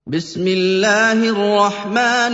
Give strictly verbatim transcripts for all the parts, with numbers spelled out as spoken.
بسم الله الرحمن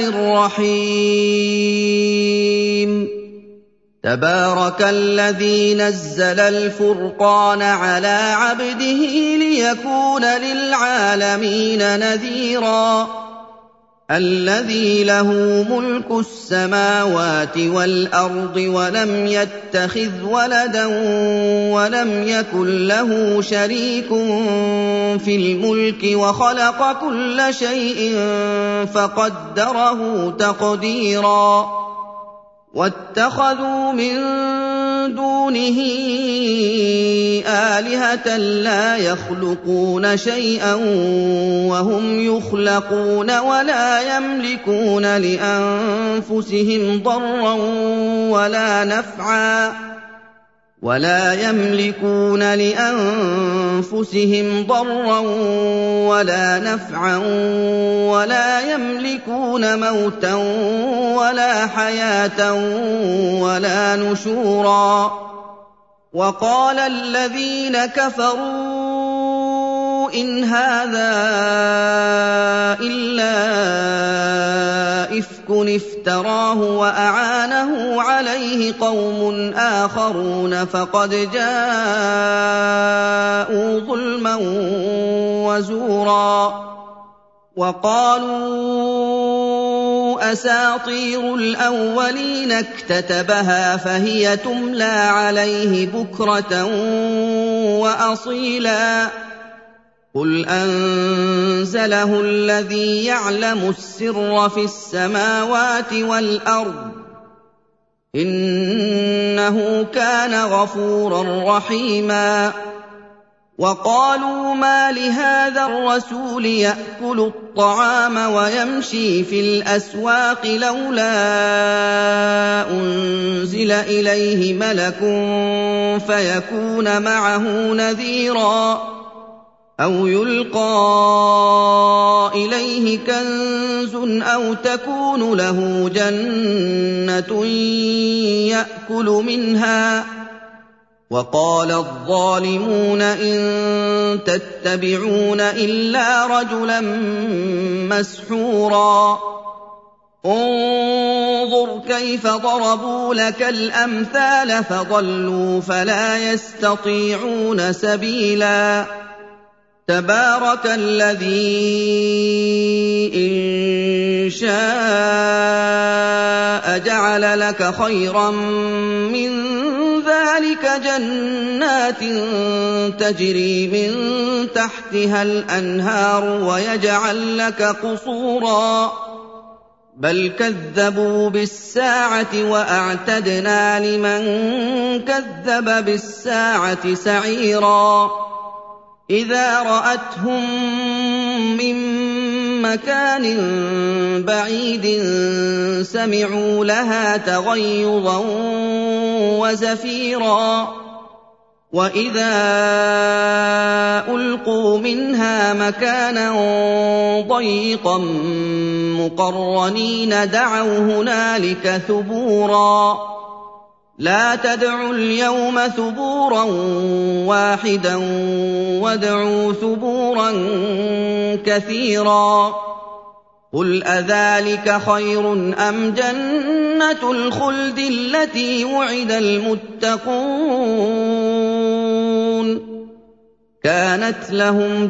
الرحيم تبارك الذي نزل الفرقان على عبده ليكون للعالمين نذيرا الذي له ملك السماوات والأرض ولم يتخذ ولدا ولم يكن له شريك في الملك وخلق كل شيء فقدره تقديرا واتخذوا من دونه آلهة لا يخلقون شيئا وهم يخلقون ولا يملكون لأنفسهم ضرا ولا نفعا ولا يملكون لأنفسهم ضرا ولا نفعا ولا يملكون موتا ولا حياة ولا نشورا وقال الذين كفروا إن هذا إلا إفك افتراه وأعانه عليه قوم آخرون فقد جاءوا ظلما وزورا وقالوا أساطير الأولين اكتتبها فهي تملى عليه بكرة وأصيلا قل أنزله الذي يعلم السر في السماوات والأرض إنه كان غفورا رحيما وقالوا ما لهذا الرسول يأكل الطعام ويمشي في الأسواق لولا أنزل إليه ملك فيكون معه نذيرا أو يلقى إليه كنز أو تكون له جنة يأكل منها وقال الظالمون إن تتبعون إلا رجلا مسحورا انظر كيف ضربوا لك الأمثال فضلوا فلا يستطيعون سبيلا تبارك الذي إن شاء جعل لك خيرا من ذلك جنات تجري من تحتها الأنهار ويجعل لك قصورا بل كذبوا بالساعة وأعتدنا لمن كذب بالساعة سعيرا إذا رأتهم من مكان بعيد سمعوا لها تغيظا وزفيرا وإذا ألقوا منها مكانا ضيقا مقرنين دعوا هنالك ثبورا لا تدعوا اليوم ثبورا واحدا وادعوا ثبورا كثيرا قل أذلك خير أم جنة الخلد التي وعد المتقون كانت لهم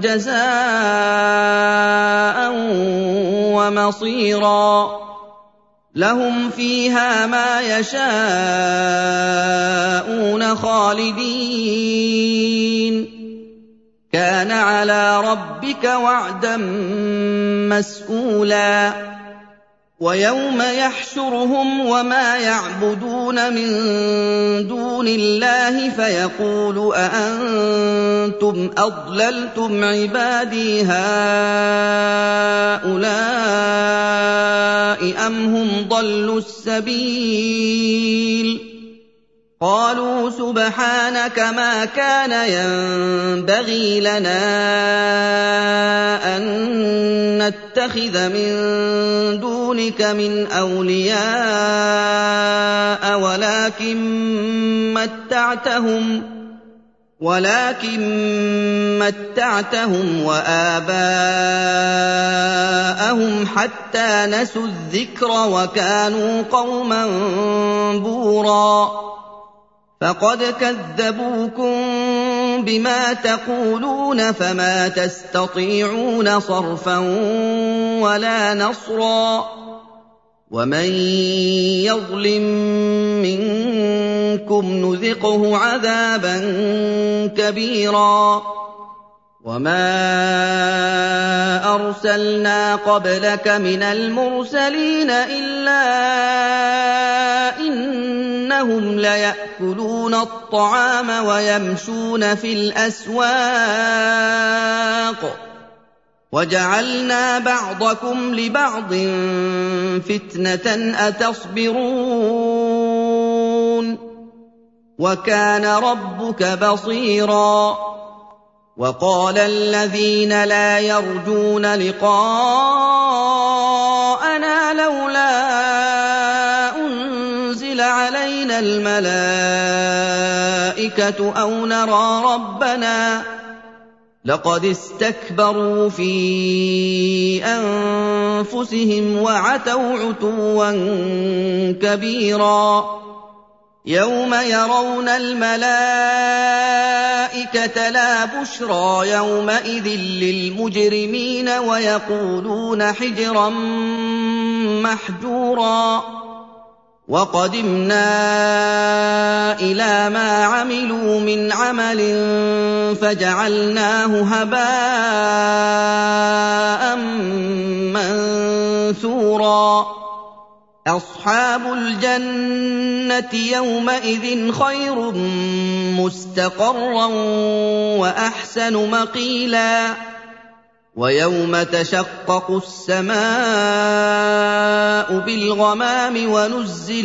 جزاء ومصيرا لهم فيها ما يشاءون خالدين كان على ربك وعدا مسئولا ويوم يحشرهم وما يعبدون من دون الله فيقول أأنتم أضللتم عبادي هؤلاء أم هم ضلوا السبيل قالوا سبحانك ما كان ينبغي لنا أن نتخذ من دونك من أولياء ولكن متعتهم ولكن متعتهم وآباءهم فأخذناهم حتى نسوا الذكر وكانوا قوما بورا فقد كذبوكم بما تقولون فما تستطيعون صرفا ولا نصرا ومن يظلم منكم نذقه عذابا كبيرا وما أرسلنا قبلك من المرسلين إلا إنهم ليأكلون الطعام ويمشون في الأسواق وجعلنا بعضكم لبعض فتنة أتصبرون وكان ربك بصيرا وقال الذين لا يرجون لقاءنا لولا أنزل علينا الملائكة أو نرى ربنا لقد استكبروا في أنفسهم وعتوا عتوا كبيرا يوم يرون الملائكة لا بشرى يومئذ للمجرمين ويقولون حجرا محجورا وقدمنا إلى ما عملوا من عمل فجعلناه هباء منثورا أصحاب الجنة يومئذ خير مستقرا وأحسن مقيلا ويوم تشقق السماء بالغمام ونزل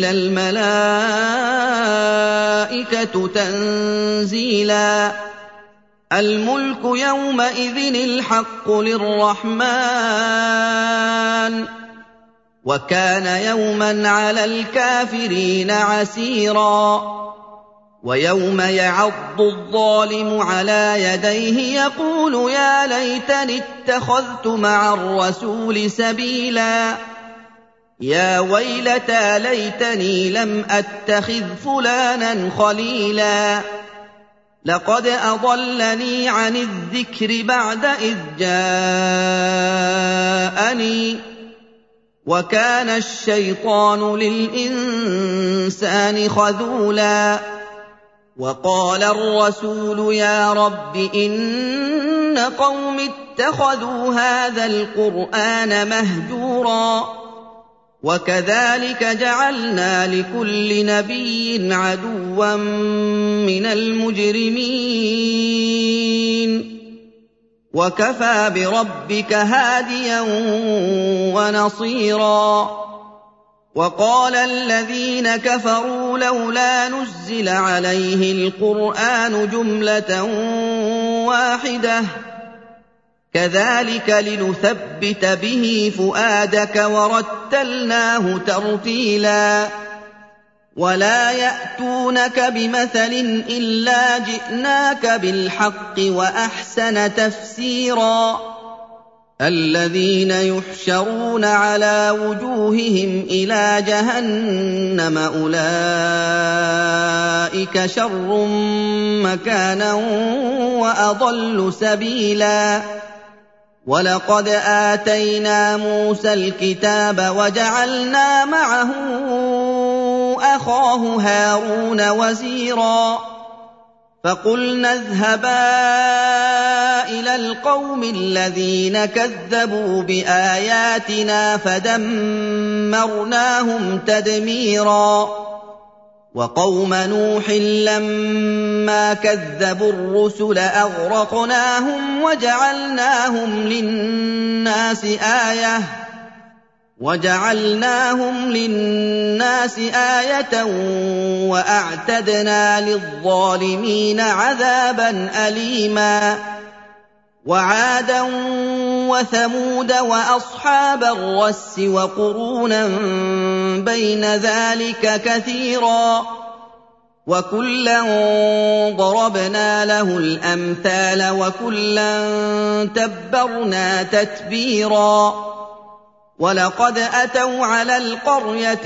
الملائكة تنزيلا الملك يومئذ الحق للرحمن وكان يوما على الكافرين عسيرا ويوم يعض الظالم على يديه يقول يا ليتني اتخذت مع الرسول سبيلا يا ويلتى ليتني لم أتخذ فلانا خليلا لقد أضلني عن الذكر بعد إذ جاءني وكان الشيطان للإنسان خذولا وقال الرسول يا رب إن قوم اتخذوا هذا القرآن مهجورا وكذلك جعلنا لكل نبي عدوا من المجرمين وكفى بربك هاديا ونصيرا وقال الذين كفروا لولا نزل عليه القرآن جملة واحدة كذلك لنثبت به فؤادك ورتلناه ترتيلا ولا يأتونك بمثل إلا جئناك بالحق وأحسن تفسيرا الذين يحشرون على وجوههم إلى جهنم أولئك شر مكانا وأضل سبيلا ولقد آتينا موسى الكتاب وجعلنا معه أخاه هارون وزيرا فقلنا اذهبا إلى القوم الذين كذبوا بآياتنا فدمرناهم تدميرا وقوم نوح لما كذبوا الرسل أغرقناهم وجعلناهم للناس آية وجعلناهم للناس آية وأعتدنا للظالمين عذابا أليما وعادا وثمود وأصحاب الرس وقرونا بين ذلك كثيرا وكلا ضربنا له الأمثال وكلا تبرنا تتبيرا وَلَقَدْ أَتَوْا عَلَى الْقَرْيَةِ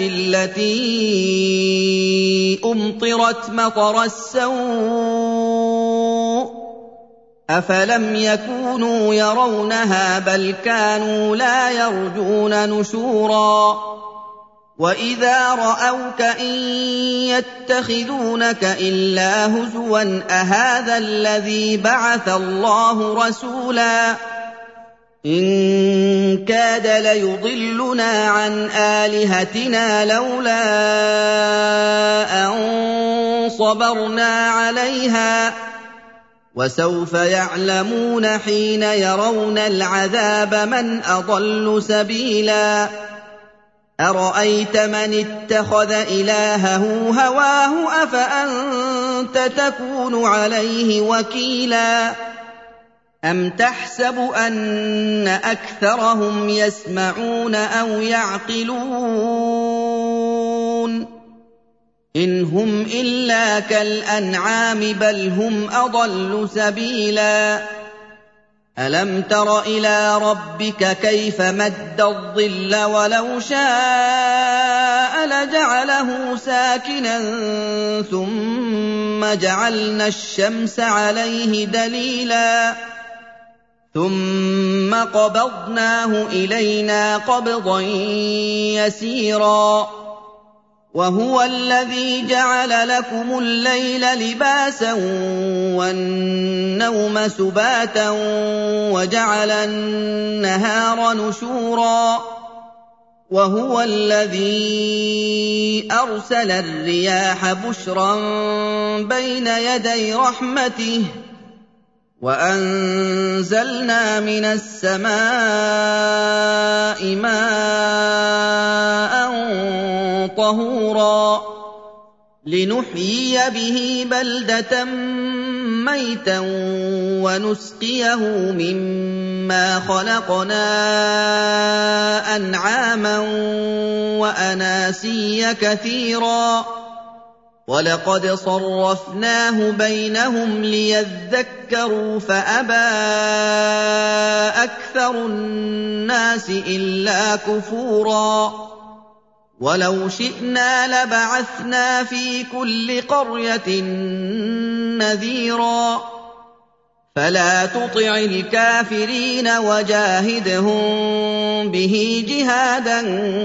الَّتِي أُمْطِرَتْ مَطَرَ السَّوْءِ ۚ أَفَلَمْ يَكُونُوا يَرَوْنَهَا بَلْ كَانُوا لَا يَرْجُونَ نُشُورًا وَإِذَا رَأَوْكَ إِن يَتَّخِذُونَكَ إِلَّا هُزُوًا أَهَٰذَا الَّذِي بَعَثَ اللَّهُ رَسُولًا إِن كَادَ لَيُضِلُّنَا عَنْ آلِهَتِنَا لَوْلَا أَن صَبَرْنَا عَلَيْهَا ۚ وَسَوْفَ يَعْلَمُونَ حِينَ يَرَوْنَ الْعَذَابَ مَنْ أَضَلُّ سَبِيلًا أَرَأَيْتَ مَنِ اتَّخَذَ إِلَٰهَهُ هَوَاهُ أَفَأَنتَ تَكُونُ عَلَيْهِ وَكِيلًا أَمْ تَحْسَبُ أَنَّ أَكْثَرَهُمْ يَسْمَعُونَ أَوْ يَعْقِلُونَ إِنْ هُمْ إِلَّا كَالْأَنْعَامِ بَلْ هُمْ أَضَلُّ سَبِيلًا أَلَمْ تَرَ إِلَىٰ رَبِّكَ كَيْفَ مَدَّ الظِّلَّ وَلَوْ شَاءَ لَجَعَلَهُ سَاكِنًا ثُمَّ جَعَلْنَا الشَّمْسَ عَلَيْهِ دَلِيلًا ثُمَّ قَبَضْنَاهُ إِلَيْنَا قَبْضًا يَسِيرًا وَهُوَ الَّذِي جَعَلَ لَكُمُ اللَّيْلَ لِبَاسًا وَالنَّوْمَ سُبَاتًا وَجَعَلَ النَّهَارَ نُشُورًا وَهُوَ الَّذِي أَرْسَلَ الرِّيَاحَ بُشْرًا بَيْنَ يَدَيْ رَحْمَتِهِ وَأَنزَلْنَا مِنَ السَّمَاءِ مَاءً طَهُورًا لِّنُحْيِيَ بِهِ بَلْدَةً مَّيْتًا وَنُسْقِيَهُ مِمَّا خَلَقْنَا أَنْعَامًا وَأَنَاسِيَّ كَثِيرًا وَلَقَدْ صَرَّفْنَاهُ بَيْنَهُمْ لِيَذَّكَّرُوا فَأَبَىٰ أَكْثَرُ النَّاسِ إِلَّا كُفُورًا وَلَوْ شِئْنَا لَبَعَثْنَا فِي كُلِّ قَرْيَةٍ نَّذِيرًا فَلَا تُطِعِ الْكَافِرِينَ وَجَاهِدْهُم بِهِ جِهَادًا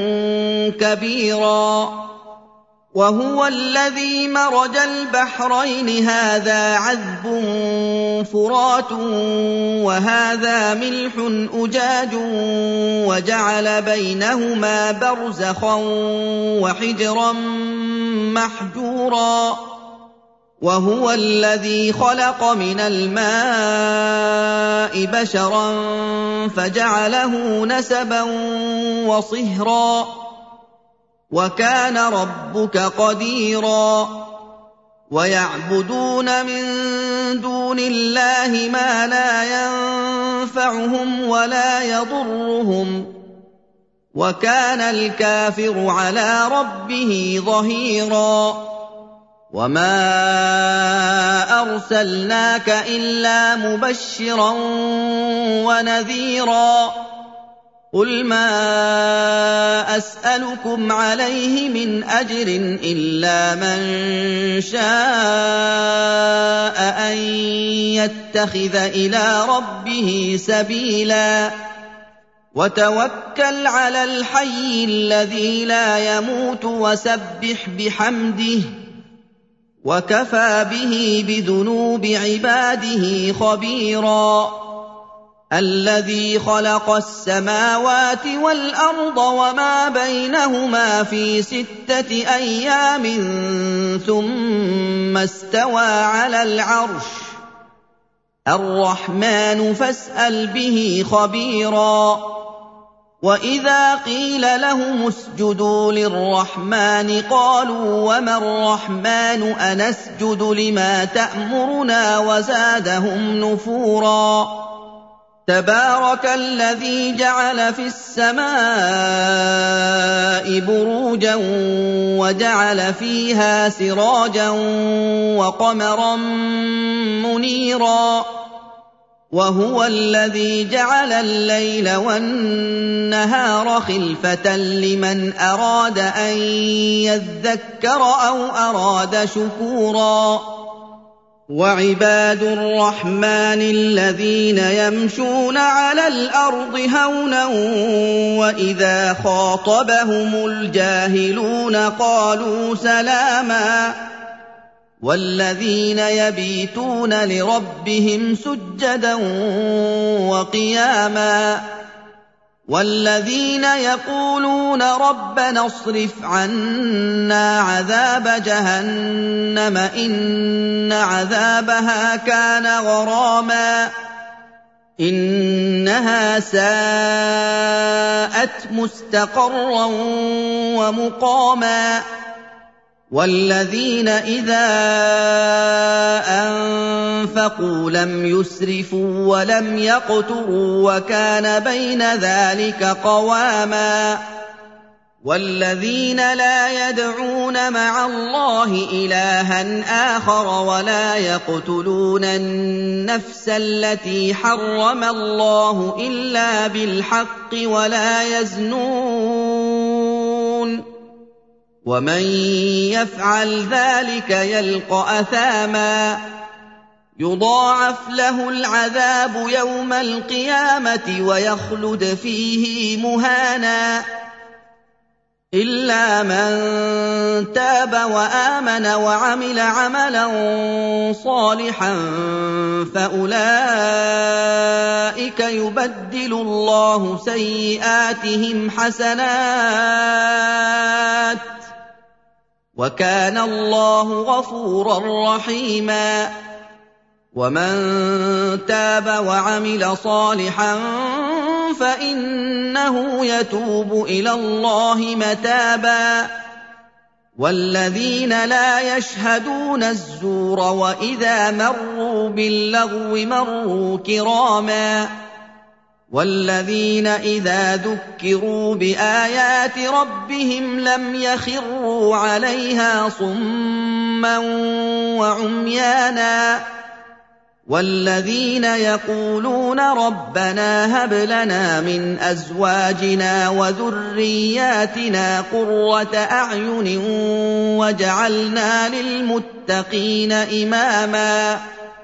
كَبِيرًا وَهُوَ الَّذِي مَرَجَ الْبَحْرَيْنِ هَٰذَا عَذْبٌ فُرَاتٌ وَهَٰذَا مِلْحٌ أُجَاجٌ وَجَعَلَ بَيْنَهُمَا بَرْزَخًا وَحِجْرًا مَّحْجُورًا وَهُوَ الَّذِي خَلَقَ مِنَ الْمَاءِ بَشَرًا فَجَعَلَهُ نَسَبًا وَصِهْرًا وَكَانَ رَبُّكَ قَدِيرًا وَيَعْبُدُونَ مِن دُونِ اللَّهِ مَا لَا يَنفَعُهُمْ وَلَا يَضُرُّهُمْ وَكَانَ الْكَافِرُ عَلَىٰ رَبِّهِ ظَهِيرًا وَمَا أَرْسَلْنَاكَ إِلَّا مُبَشِّرًا وَنَذِيرًا قُلْ مَا أَسْأَلُكُمْ عَلَيْهِ مِنْ أَجْرٍ إِلَّا مَن شَاءَ أَن يَتَّخِذَ إِلَىٰ رَبِّهِ سَبِيلًا وَتَوَكَّلْ عَلَى الْحَيِّ الَّذِي لَا يَمُوتُ وَسَبِّحْ بِحَمْدِهِ وَكَفَىٰ بِهِ بِذُنُوبِ عِبَادِهِ خَبِيرًا الَّذِي خَلَقَ السَّمَاوَاتِ وَالْأَرْضَ وَمَا بَيْنَهُمَا فِي سِتَّةِ أَيَّامٍ ثُمَّ اسْتَوَىٰ عَلَى الْعَرْشِ الرَّحْمَٰنُ فَاسْأَلْ بِهِ خَبِيرًا وَإِذَا قِيلَ لَهُمُ اسْجُدُوا لِلرَّحْمَٰنِ قَالُوا وَمَا الرَّحْمَٰنُ أَنَسْجُدُ لِمَا تَأْمُرُنَا وَزَادَهُمْ نُفُورًا تَبَارَكَ الَّذِي جَعَلَ فِي السَّمَاءِ بُرُوجًا وَجَعَلَ فِيهَا سِرَاجًا وَقَمَرًا مُّنِيرًا وَهُوَ الَّذِي جَعَلَ اللَّيْلَ وَالنَّهَارَ خِلْفَةً لِّمَنْ أَرَادَ أَن يَذَّكَّرَ أَوْ أَرَادَ شُكُورًا وَعِبَادُ الرَّحْمَٰنِ الَّذِينَ يَمْشُونَ عَلَى الْأَرْضِ هَوْنًا وَإِذَا خَاطَبَهُمُ الْجَاهِلُونَ قَالُوا سَلَامًا وَالَّذِينَ يَبِيتُونَ لِرَبِّهِمْ سُجَّدًا وَقِيَامًا وَالَّذِينَ يَقُولُونَ رَبَّنَا اصْرِفْ عَنَّا عَذَابَ جَهَنَّمَ إِنَّ عَذَابَهَا كَانَ غَرَامًا إِنَّهَا سَاءَتْ مُسْتَقَرًّا وَمُقَامًا وَالَّذِينَ إِذَا أَنفَقُوا لَمْ يُسْرِفُوا وَلَمْ يَقْتُرُوا وَكَانَ بَيْنَ ذَلِكَ قَوَامًا وَالَّذِينَ لَا يَدْعُونَ مَعَ اللَّهِ إِلَٰهًا آخَرَ وَلَا يَقْتُلُونَ النَّفْسَ الَّتِي حَرَّمَ اللَّهُ إِلَّا بِالْحَقِّ وَلَا يَزْنُونَ وَمَن يَفْعَلْ ذَلِكَ يَلْقَ أَثَامًا يُضَاعَفْ لَهُ الْعَذَابُ يَوْمَ الْقِيَامَةِ وَيَخْلُدْ فِيهِ مُهَانًا إِلَّا مَن تَابَ وَآمَنَ وَعَمِلَ عَمَلًا صَالِحًا فَأُولَٰئِكَ يُبَدِّلُ اللَّهُ سَيِّئَاتِهِمْ حَسَنَاتٍ وَكَانَ اللَّهُ غَفُورًا رَّحِيمًا وَمَن تَابَ وَعَمِلَ صَالِحًا فَإِنَّهُ يَتُوبُ إِلَى اللَّهِ مَتَابًا وَالَّذِينَ لَا يَشْهَدُونَ الزُّورَ وَإِذَا مَرُّوا بِاللَّغْوِ مَرُّوا كِرَامًا وَالَّذِينَ إِذَا ذُكِّرُوا بِآيَاتِ رَبِّهِمْ لَمْ يَخِرُّوا عَلَيْهَا صُمًّا وَعُمْيَانًا وَالَّذِينَ يَقُولُونَ رَبَّنَا هَبْ لَنَا مِنْ أَزْوَاجِنَا وَذُرِّيَّاتِنَا قُرَّةَ أَعْيُنٍ وَاجْعَلْنَا لِلْمُتَّقِينَ إِمَامًا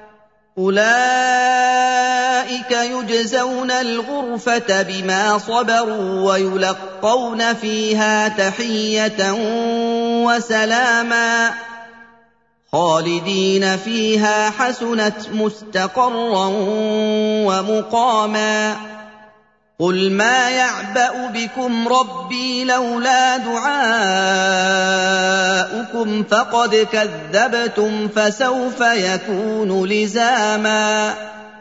أُولَٰئِكَ يُجْزَوْنَ الْغُرْفَةَ بِمَا صَبَرُوا وَيُلَقَّوْنَ فِيهَا تَحِيَّةً وَسَلَامًا خَالِدِينَ فِيهَا حَسُنَتْ مُسْتَقَرًّا وَمُقَامًا قُلْ مَا يَعْبَأُ بِكُمْ رَبِّي لَوْلَا دُعَاؤُكُمْ فَقَدْ كَذَّبْتُمْ فَسَوْفَ يَكُونُ لِزَامًا